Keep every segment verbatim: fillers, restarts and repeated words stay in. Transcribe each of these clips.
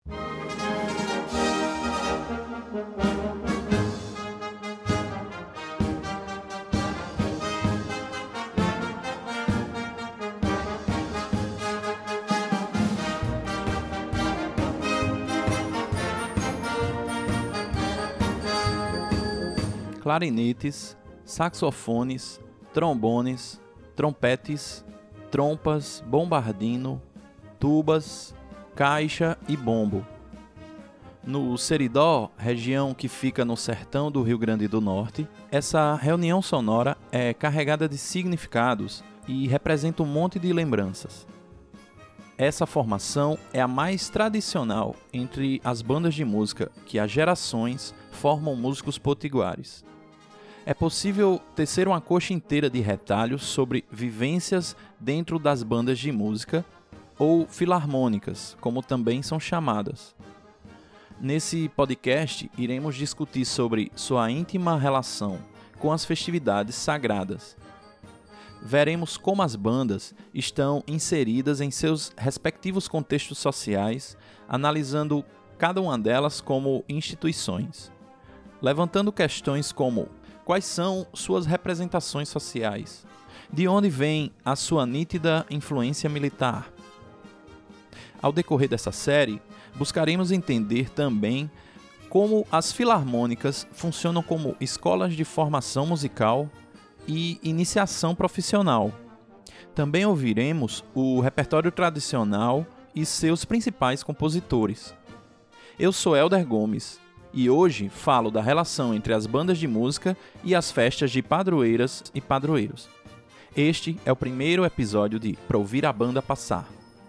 Clarinetes, saxofones, trombones, trompetes, trompas, bombardino, tubas, caixa e bombo. No Seridó, região que fica no sertão do Rio Grande do Norte, essa reunião sonora é carregada de significados e representa um monte de lembranças. Essa formação é a mais tradicional entre as bandas de música que há gerações formam músicos potiguares. É possível tecer uma coxa inteira de retalhos sobre vivências dentro das bandas de música, ou filarmônicas, como também são chamadas. Nesse podcast, iremos discutir sobre sua íntima relação com as festividades sagradas. Veremos como as bandas estão inseridas em seus respectivos contextos sociais, analisando cada uma delas como instituições, levantando questões como: quais são suas representações sociais? De onde vem a sua nítida influência militar? Ao decorrer dessa série, buscaremos entender também como as filarmônicas funcionam como escolas de formação musical e iniciação profissional. Também ouviremos o repertório tradicional e seus principais compositores. Eu sou Helder Gomes, e hoje falo da relação entre as bandas de música e as festas de padroeiras e padroeiros. Este é o primeiro episódio de Pra Ouvir a Banda Passar.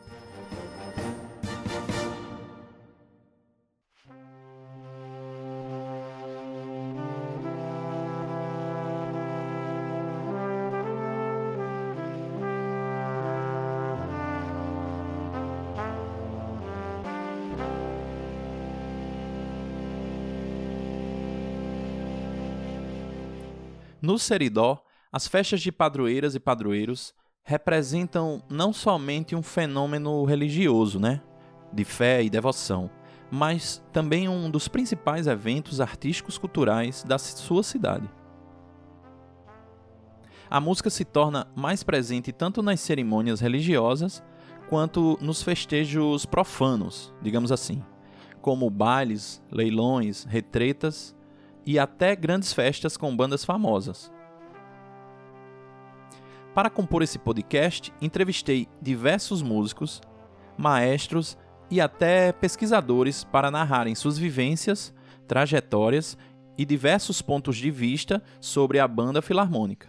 No Seridó, as festas de padroeiras e padroeiros representam não somente um fenômeno religioso, né, de fé e devoção, mas também um dos principais eventos artísticos culturais da sua cidade. A música se torna mais presente tanto nas cerimônias religiosas quanto nos festejos profanos, digamos assim, como bailes, leilões, retretas e até grandes festas com bandas famosas. Para compor esse podcast, entrevistei diversos músicos, maestros e até pesquisadores para narrarem suas vivências, trajetórias e diversos pontos de vista sobre a banda filarmônica.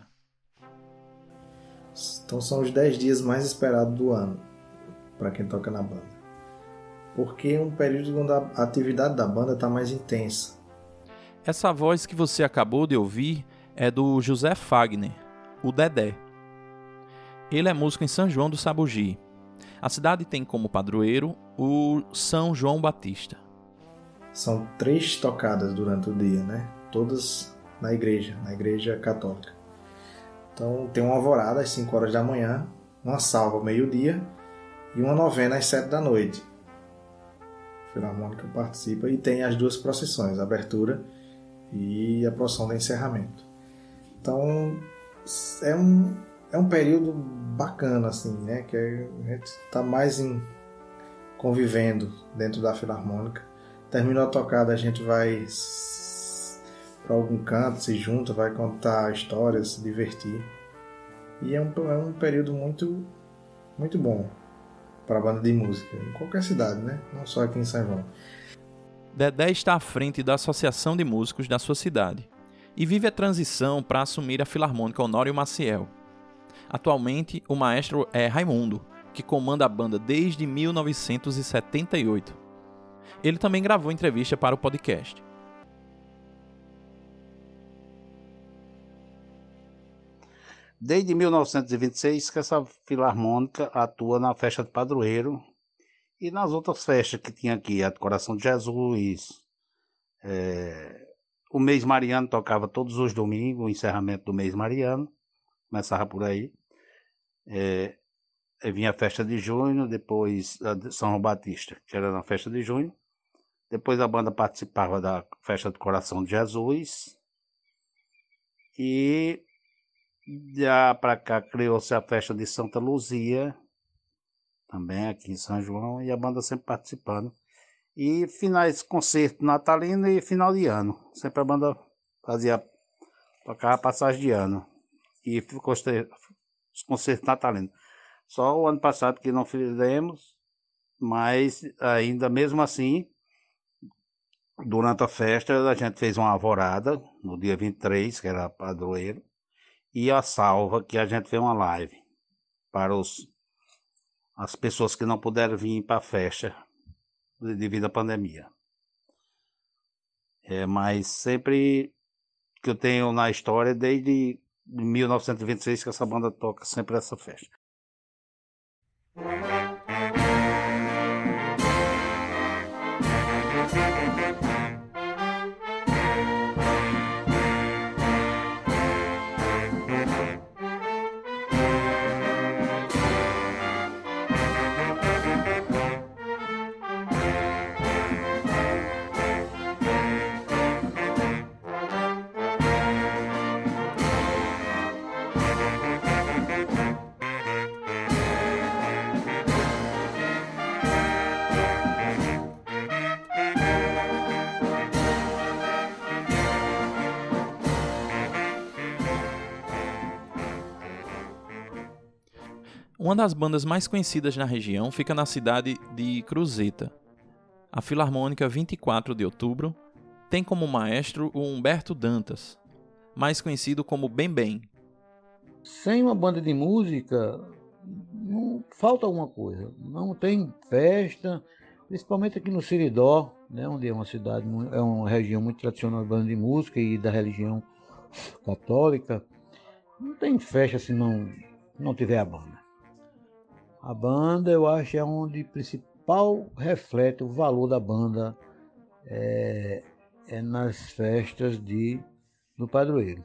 Então são os dez dias mais esperados do ano para quem toca na banda. Porque é um período onde a atividade da banda está mais intensa. Essa voz que você acabou de ouvir é do José Fagner, o Dedé. Ele é músico em São João do Sabugi. A cidade tem como padroeiro o São João Batista. São três tocadas durante o dia, né? Todas na igreja, na igreja católica. Então tem uma alvorada às cinco horas da manhã, uma salva ao meio-dia e uma novena às sete da noite. A Filarmônica participa e tem as duas procissões, a abertura e a procissão de encerramento. Então é um, é um período bacana, assim, né? Que a gente está mais em, convivendo dentro da Filarmônica. Terminou a tocada, a gente vai para algum canto, se junta, vai contar histórias, se divertir. E é um, é um período muito, muito bom para a banda de música, em qualquer cidade, né? Não só aqui em São João. Dedé está à frente da Associação de Músicos da sua cidade e vive a transição para assumir a Filarmônica Honório Maciel. Atualmente, o maestro é Raimundo, que comanda a banda desde mil novecentos e setenta e oito. Ele também gravou entrevista para o podcast. Desde mil novecentos e vinte e seis que essa filarmônica atua na festa de padroeiro e nas outras festas que tinha aqui, a de Coração de Jesus, é, o mês mariano tocava todos os domingos, o encerramento do mês mariano, começava por aí. É, Aí vinha a festa de junho, depois a de São Batista, que era na festa de junho. Depois a banda participava da festa do Coração de Jesus. E já para cá criou-se a festa de Santa Luzia, também aqui em São João, e a banda sempre participando. E finais, concerto natalino e final de ano. Sempre a banda fazia, tocava passagem de ano. E ficou os concertos natalinos. Só o ano passado que não fizemos, mas ainda mesmo assim, durante a festa, a gente fez uma alvorada, no dia vinte e três, que era padroeiro, e a salva, que a gente fez uma live para os, as pessoas que não puderam vir para a festa devido à pandemia. É, mas sempre que eu tenho na história, desde mil novecentos e vinte e seis, que essa banda toca sempre essa festa. Uma das bandas mais conhecidas na região fica na cidade de Cruzeta. A Filarmônica vinte e quatro de Outubro tem como maestro o Humberto Dantas, mais conhecido como Bem Bem. Sem uma banda de música, não, falta alguma coisa. Não tem festa, principalmente aqui no Seridó, né, onde é uma cidade, é uma região muito tradicional de banda de música e da religião católica. Não tem festa se não, não tiver a banda. A banda, eu acho, é onde o principal reflete o valor da banda é, é nas festas de, do padroeiro.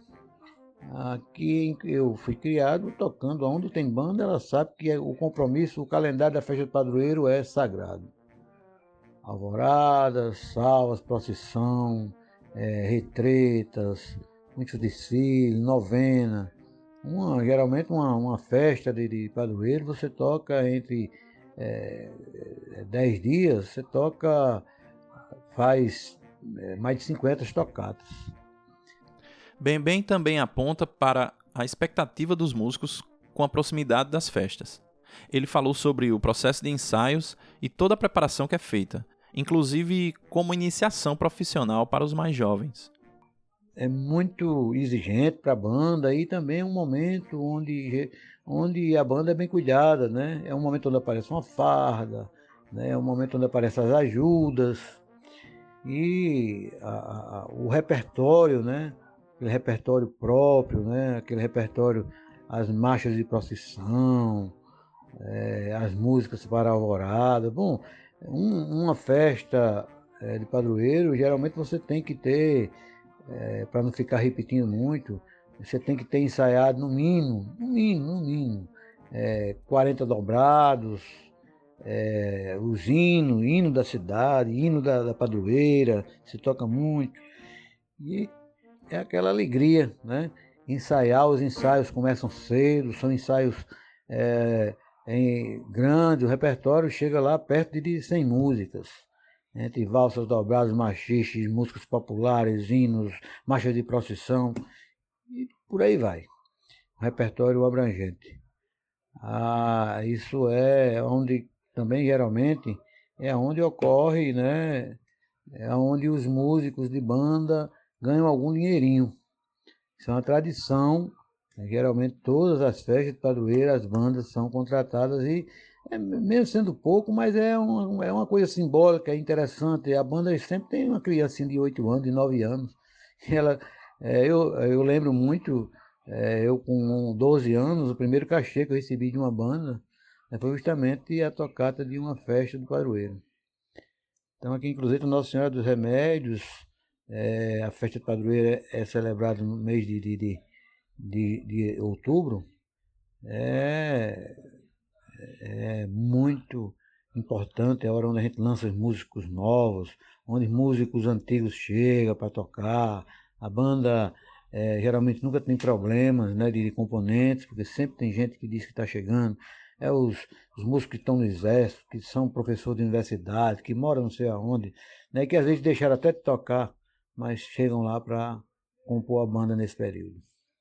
Aqui eu fui criado tocando, onde tem banda, ela sabe que o compromisso, o calendário da festa do padroeiro é sagrado. Alvoradas, salvas, procissão, é, retretas, muitos desfiles, novena. Uma, geralmente uma, uma festa de, de padroeiro, você toca entre é, dez dias, você toca, faz é, mais de cinquenta tocatas. Bem Bem também aponta para a expectativa dos músicos com a proximidade das festas. Ele falou sobre o processo de ensaios e toda a preparação que é feita, inclusive como iniciação profissional para os mais jovens. É muito exigente para a banda e também é um momento onde, onde a banda é bem cuidada, né? É um momento onde aparece uma farda, né? É um momento onde aparecem as ajudas e a, a, o repertório, né? Aquele repertório próprio, né? Aquele repertório, as marchas de procissão, é, as músicas para a alvorada. Bom, um, uma festa é, de padroeiro, geralmente você tem que ter, é, para não ficar repetindo muito, você tem que ter ensaiado no mínimo, no mínimo, no mínimo, é, quarenta dobrados, é, os hinos, hino da cidade, hino da, da padroeira, se toca muito. E é aquela alegria, né? Ensaiar, os ensaios começam cedo, são ensaios é, em grande, o repertório chega lá perto de cem músicas, entre valsas dobradas, machiches, músicas populares, hinos, marchas de procissão, e por aí vai, um repertório abrangente. Ah, isso é onde também geralmente é onde ocorre, né? É onde os músicos de banda ganham algum dinheirinho. Isso é uma tradição. Geralmente todas as festas de padroeiro, as bandas são contratadas e, é, mesmo sendo pouco, mas é uma, é uma coisa simbólica, é interessante. A banda sempre tem uma criancinha de oito anos, de nove anos. E ela, é, eu, eu lembro muito, é, eu com doze anos, o primeiro cachê que eu recebi de uma banda né, foi justamente a tocata de uma festa do padroeiro. Então aqui inclusive Nossa Senhora dos Remédios, é, a festa do padroeiro é, é celebrada no mês de, de, de, de, de outubro, é, é muito importante, é a hora onde a gente lança os músicos novos, onde músicos antigos chegam para tocar. A banda é, geralmente nunca tem problemas, né, de, de componentes, porque sempre tem gente que diz que está chegando. É os, os músicos que estão no exército, que são professores de universidade, que moram não sei aonde, né, que às vezes deixaram até de tocar, mas chegam lá para compor a banda nesse período.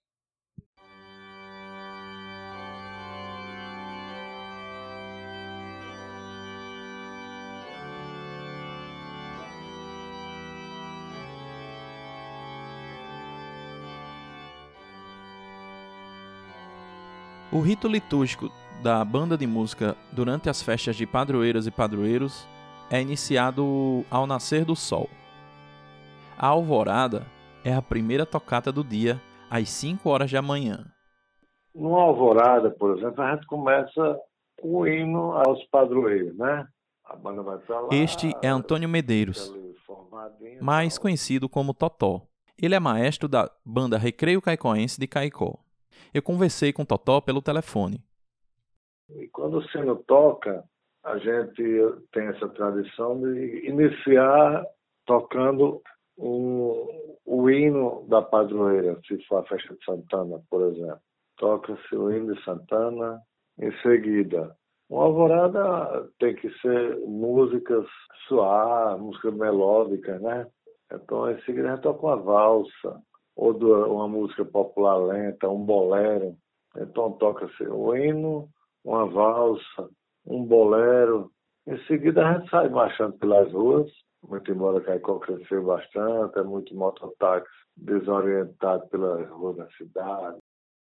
O rito litúrgico da banda de música durante as festas de padroeiras e padroeiros é iniciado ao nascer do sol. A alvorada é a primeira tocata do dia, às cinco horas da manhã. No alvorada, por exemplo, a gente começa o hino aos padroeiros, né? A banda vai pra lá, Este é Antônio Medeiros, mais conhecido como Totó. Ele é maestro da banda Recreio Caicoense de Caicó. Eu conversei com Totó pelo telefone. E quando o sino toca, a gente tem essa tradição de iniciar tocando o, o hino da padroeira, se for a festa de Santana, por exemplo. Toca-se o hino de Santana, em seguida. Uma alvorada tem que ser músicas suaves, músicas melódicas, né? Então, em seguida, a gente toca uma valsa, ou uma música popular lenta, um bolero. Então toca-se o hino, uma valsa, um bolero. Em seguida a gente sai marchando pelas ruas, muito embora Caicó cresceu bastante, é muito mototáxi desorientado pelas ruas da cidade.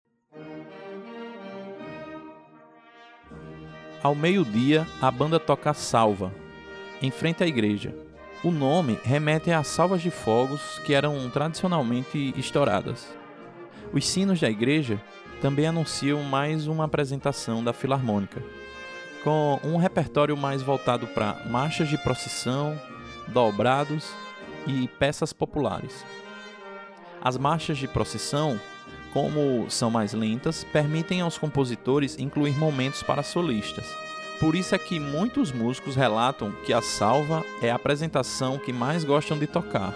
Ao meio-dia, a banda toca Salva, em frente à igreja. O nome remete às salvas de fogos que eram tradicionalmente estouradas. Os sinos da igreja também anunciam mais uma apresentação da Filarmônica, com um repertório mais voltado para marchas de procissão, dobrados e peças populares. As marchas de procissão, como são mais lentas, permitem aos compositores incluir momentos para solistas. Por isso é que muitos músicos relatam que a salva é a apresentação que mais gostam de tocar.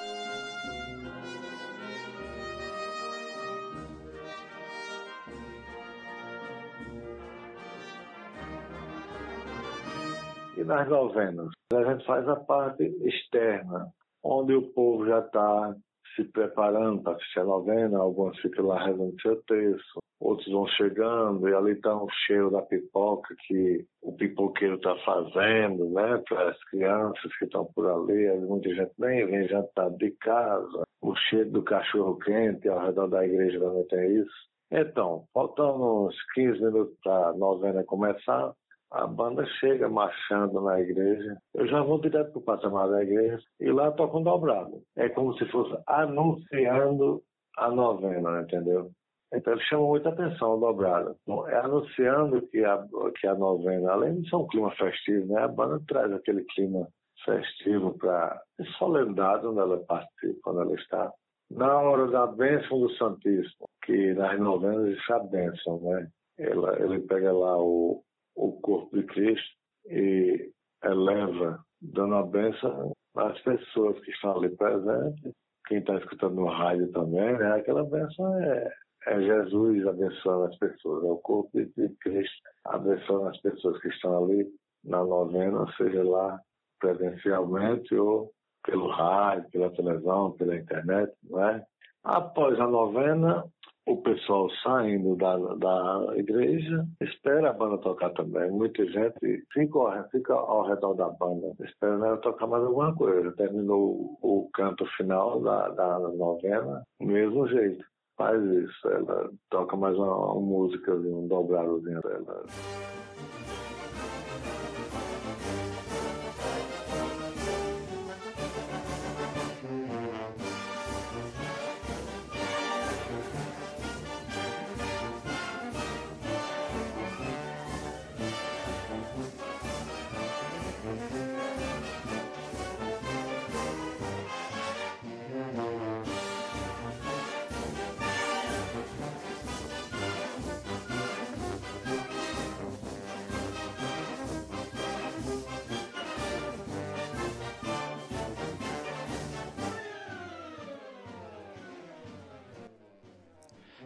E nas novenas, a gente faz a parte externa, onde o povo já está se preparando para assistir a novena, alguns ficam lá rezando seu terço, outros vão chegando e ali está o cheiro da pipoca que o pipoqueiro está fazendo, né, para as crianças que estão por ali, muita gente nem vem jantar de casa, o cheiro do cachorro quente ao redor da igreja também tem isso. Então, faltando uns quinze minutos para a novena começar, a banda chega marchando na igreja. Eu já vou direto para o patamar da igreja e lá toca um dobrado. É como se fosse anunciando a novena, entendeu? Então ele chama muita atenção o dobrado. Bom, é anunciando que a, que a novena, além de ser um clima festivo, né, a banda traz aquele clima festivo para solenidade onde ela participa, onde ela está. Na hora da bênção do Santíssimo, que nas novenas existe a bênção, né? Ela, ele pega lá o o corpo de Cristo e eleva, dando a bênção às pessoas que estão ali presentes, quem está escutando no rádio também, né? Aquela bênção é, é Jesus abençoando as pessoas, é o corpo de Cristo abençoando as pessoas que estão ali na novena, seja lá presencialmente ou pelo rádio, pela televisão, pela internet, não é? Após a novena, o pessoal saindo da, da igreja espera a banda tocar também. Muita gente fica, fica ao redor da banda esperando ela tocar mais alguma coisa. Terminou o, o canto final da, da novena, do mesmo jeito. Faz isso, ela toca mais uma, uma música, um dobradozinho dela.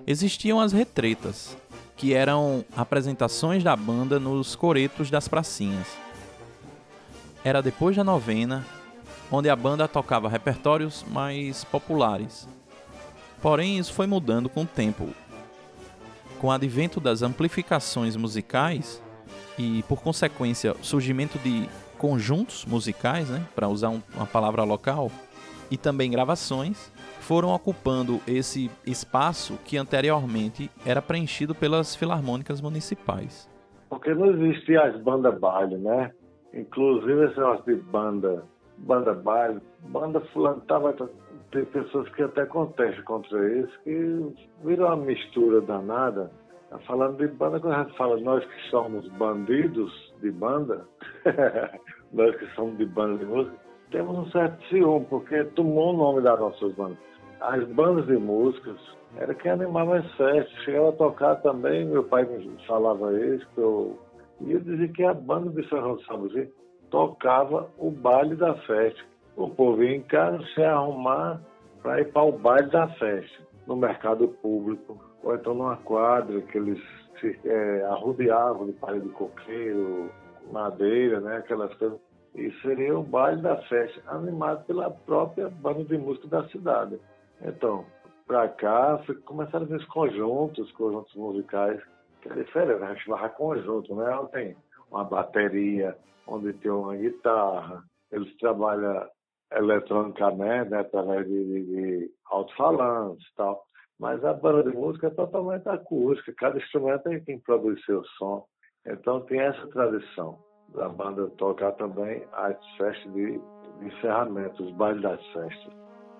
existiam as retretas, que eram apresentações da banda nos coretos das pracinhas. Era depois da novena, onde a banda tocava repertórios mais populares. Porém, isso foi mudando com o tempo. Com o advento das amplificações musicais e, por consequência, o surgimento de conjuntos musicais, né, para usar um, uma palavra local, e também gravações, foram ocupando esse espaço que anteriormente era preenchido pelas filarmônicas municipais. Porque não existia as bandas baile, né? Inclusive esse negócio de banda, banda baile, banda fulano, tava, tem pessoas que até contestam contra isso, que virou uma mistura danada. Falando de banda, quando a gente fala nós que somos bandidos de banda, nós que somos de banda de música, temos um certo ciúme, porque tomou o nome das nossas bandas. As bandas de músicas era quem animava as festas. Chegava a tocar também, meu pai me falava isso, que eu, e eu dizia que a banda de São João do Sabuzi tocava o baile da festa. O povo ia em casa se arrumar para ir para o baile da festa, no mercado público, ou então numa quadra que eles se é, arrodeavam de palha de coqueiro, madeira, né, aquelas coisas. E seria o baile da festa, animado pela própria banda de música da cidade. Então, para cá, começaram esses conjuntos, conjuntos musicais, que é diferente, a gente vai conjunto, né? Tem uma bateria, onde tem uma guitarra, eles trabalham eletronicamente, né, através de, de, de alto-falantes e tal. Mas a banda de música é totalmente acústica, cada instrumento é quem produz seu som. Então tem essa tradição da banda tocar também as festas de, de encerramento, os bailes das festas.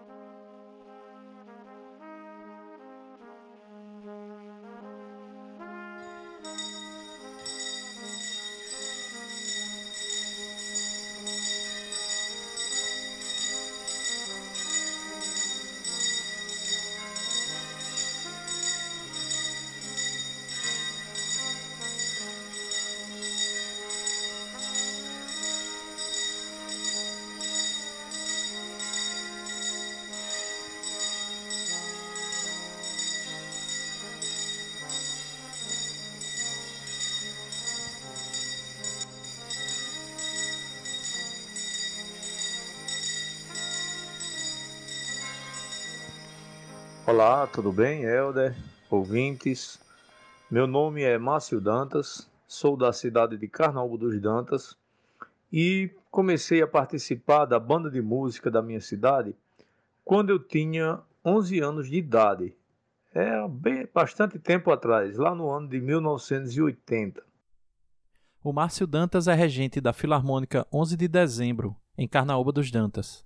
Olá, tudo bem, Helder, ouvintes? Meu nome é Márcio Dantas, sou da cidade de Carnaúba dos Dantas e comecei a participar da banda de música da minha cidade quando eu tinha onze anos de idade. É bem, bastante tempo atrás, lá no ano de mil novecentos e oitenta. O Márcio Dantas é regente da Filarmônica onze de dezembro, em Carnaúba dos Dantas.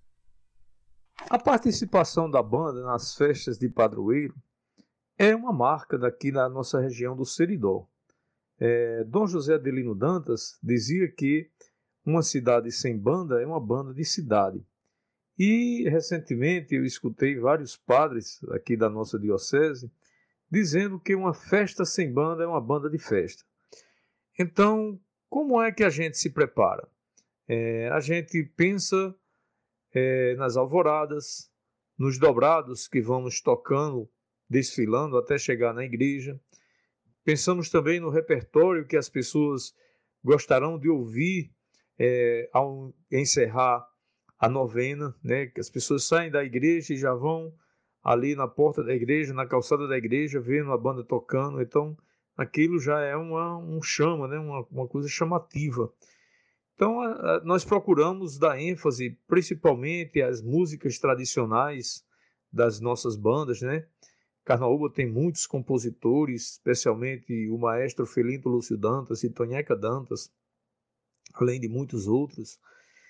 A participação da banda nas festas de padroeiro é uma marca daqui na nossa região do Seridó. É, Dom José Adelino Dantas dizia que uma cidade sem banda é uma banda de cidade. E recentemente eu escutei vários padres aqui da nossa diocese dizendo que uma festa sem banda é uma banda de festa. Então, como é que a gente se prepara? É, a gente pensa É, nas alvoradas, nos dobrados que vamos tocando, desfilando até chegar na igreja. Pensamos também no repertório que as pessoas gostarão de ouvir é, ao encerrar a novena, né? Que as pessoas saem da igreja e já vão ali na porta da igreja, na calçada da igreja, vendo a banda tocando. Então, aquilo já é uma, um chama, né? uma, uma coisa chamativa. Então, nós procuramos dar ênfase principalmente às músicas tradicionais das nossas bandas, né? Carnaúba tem muitos compositores, especialmente o maestro Felinto Lúcio Dantas e Tonheca Dantas, além de muitos outros.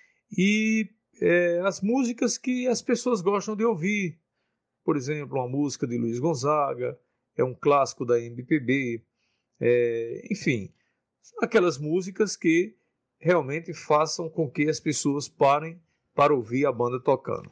E é, as músicas que as pessoas gostam de ouvir, por exemplo, uma música de Luiz Gonzaga, é um clássico da M P B, é, enfim, são aquelas músicas que realmente façam com que as pessoas parem para ouvir a banda tocando.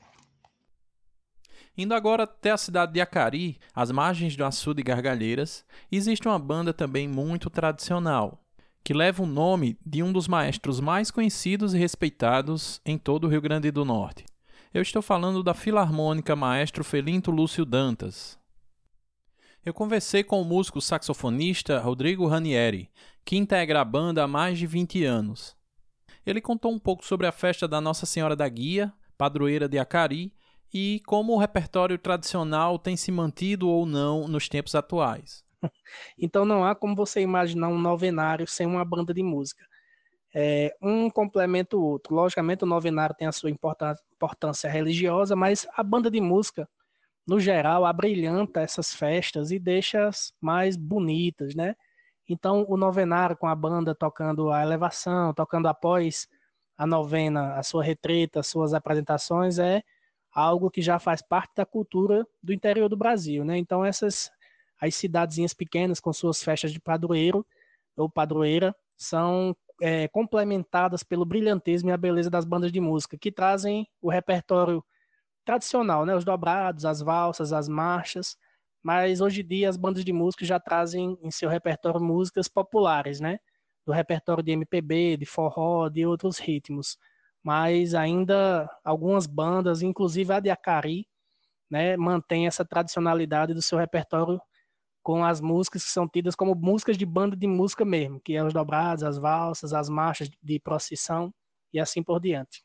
Indo agora até a cidade de Acari, às margens do açude de Gargalheiras, existe uma banda também muito tradicional, que leva o nome de um dos maestros mais conhecidos e respeitados em todo o Rio Grande do Norte. Eu estou falando da Filarmônica Maestro Felinto Lúcio Dantas. Eu conversei com o músico saxofonista Rodrigo Ranieri, que integra a banda há mais de vinte anos. Ele contou um pouco sobre a festa da Nossa Senhora da Guia, padroeira de Acari, e como o repertório tradicional tem se mantido ou não nos tempos atuais. Então não há como você imaginar um novenário sem uma banda de música. É, um complementa o outro. Logicamente o novenário tem a sua importância religiosa, mas a banda de música, no geral, abrilhanta essas festas e deixa-as mais bonitas, né? Então o novenário com a banda tocando a elevação, tocando após a novena, a sua retreta, as suas apresentações, é algo que já faz parte da cultura do interior do Brasil, né? Então essas, as cidadezinhas pequenas com suas festas de padroeiro ou padroeira são é, complementadas pelo brilhantismo e a beleza das bandas de música, que trazem o repertório tradicional, né? Os dobrados, as valsas, as marchas, mas hoje em dia as bandas de música já trazem em seu repertório músicas populares, né? Do repertório de M P B, de forró, de outros ritmos. Mas ainda algumas bandas, inclusive a de Acari, né, mantém essa tradicionalidade do seu repertório com as músicas que são tidas como músicas de banda de música mesmo, que é os dobrados, as valsas, as marchas de procissão e assim por diante.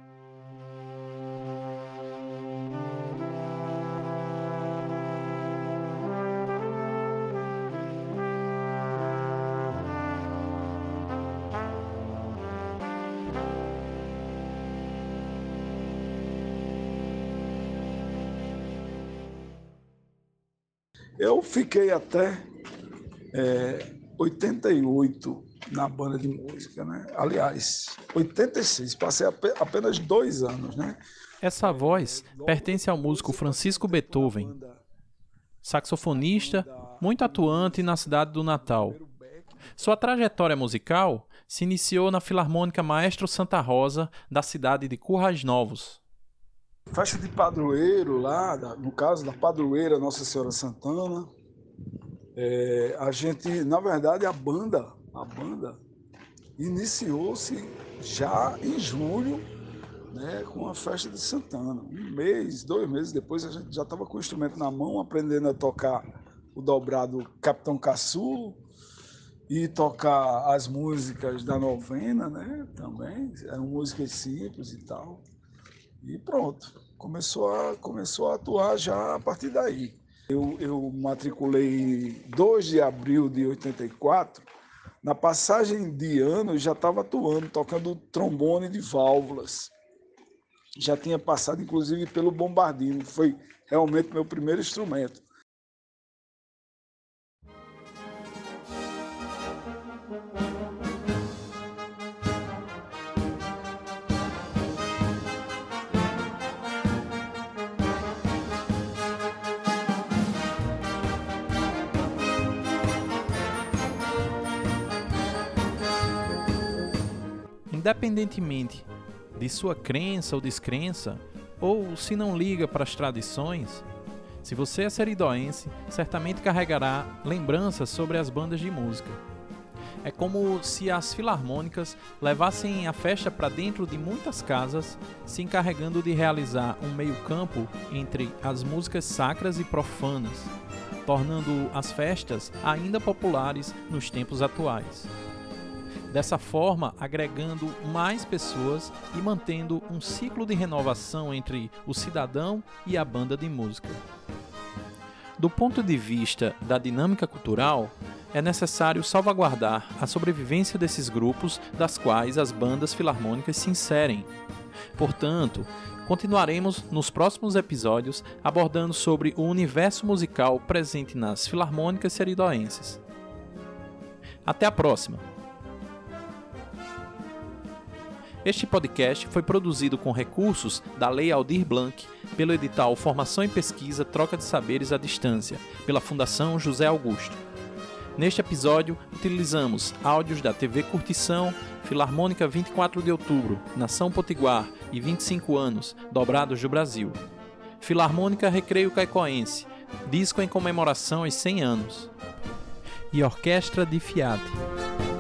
Eu fiquei até é, oitenta e oito na banda de música, né? Aliás, oitenta e seis, passei apenas dois anos, né? Essa voz pertence ao músico Francisco Beethoven, saxofonista, muito atuante na cidade do Natal. Sua trajetória musical se iniciou na Filarmônica Maestro Santa Rosa, da cidade de Currais Novos. Festa de padroeiro lá, no caso da padroeira Nossa Senhora Santana, é, a gente, na verdade, a banda, a banda iniciou-se já em julho, né, com a festa de Santana. Um mês, dois meses depois, a gente já estava com o instrumento na mão, aprendendo a tocar o dobrado Capitão Caçu e tocar as músicas da novena, né, também, eram músicas simples e tal. E pronto, começou a, começou a atuar já a partir daí. Eu, eu matriculei dois de abril de oitenta e quatro, na passagem de ano eu já estava atuando, tocando trombone de válvulas. Já tinha passado inclusive pelo bombardino, foi realmente meu primeiro instrumento. Independentemente de sua crença ou descrença, ou se não liga para as tradições, se você é seridoense, certamente carregará lembranças sobre as bandas de música. É como se as filarmônicas levassem a festa para dentro de muitas casas, se encarregando de realizar um meio-campo entre as músicas sacras e profanas, tornando as festas ainda populares nos tempos atuais. Dessa forma, agregando mais pessoas e mantendo um ciclo de renovação entre o cidadão e a banda de música. Do ponto de vista da dinâmica cultural, é necessário salvaguardar a sobrevivência desses grupos das quais as bandas filarmônicas se inserem. Portanto, continuaremos nos próximos episódios abordando sobre o universo musical presente nas filarmônicas seridoenses. Até a próxima! Este podcast foi produzido com recursos da Lei Aldir Blanc, pelo edital Formação e Pesquisa Troca de Saberes à Distância, pela Fundação José Augusto. Neste episódio, utilizamos áudios da T V Curtição, Filarmônica vinte e quatro de outubro, Nação Potiguar e vinte e cinco anos, Dobrados do Brasil. Filarmônica Recreio Caicoense, disco em comemoração aos cem anos. E Orquestra de Fiat.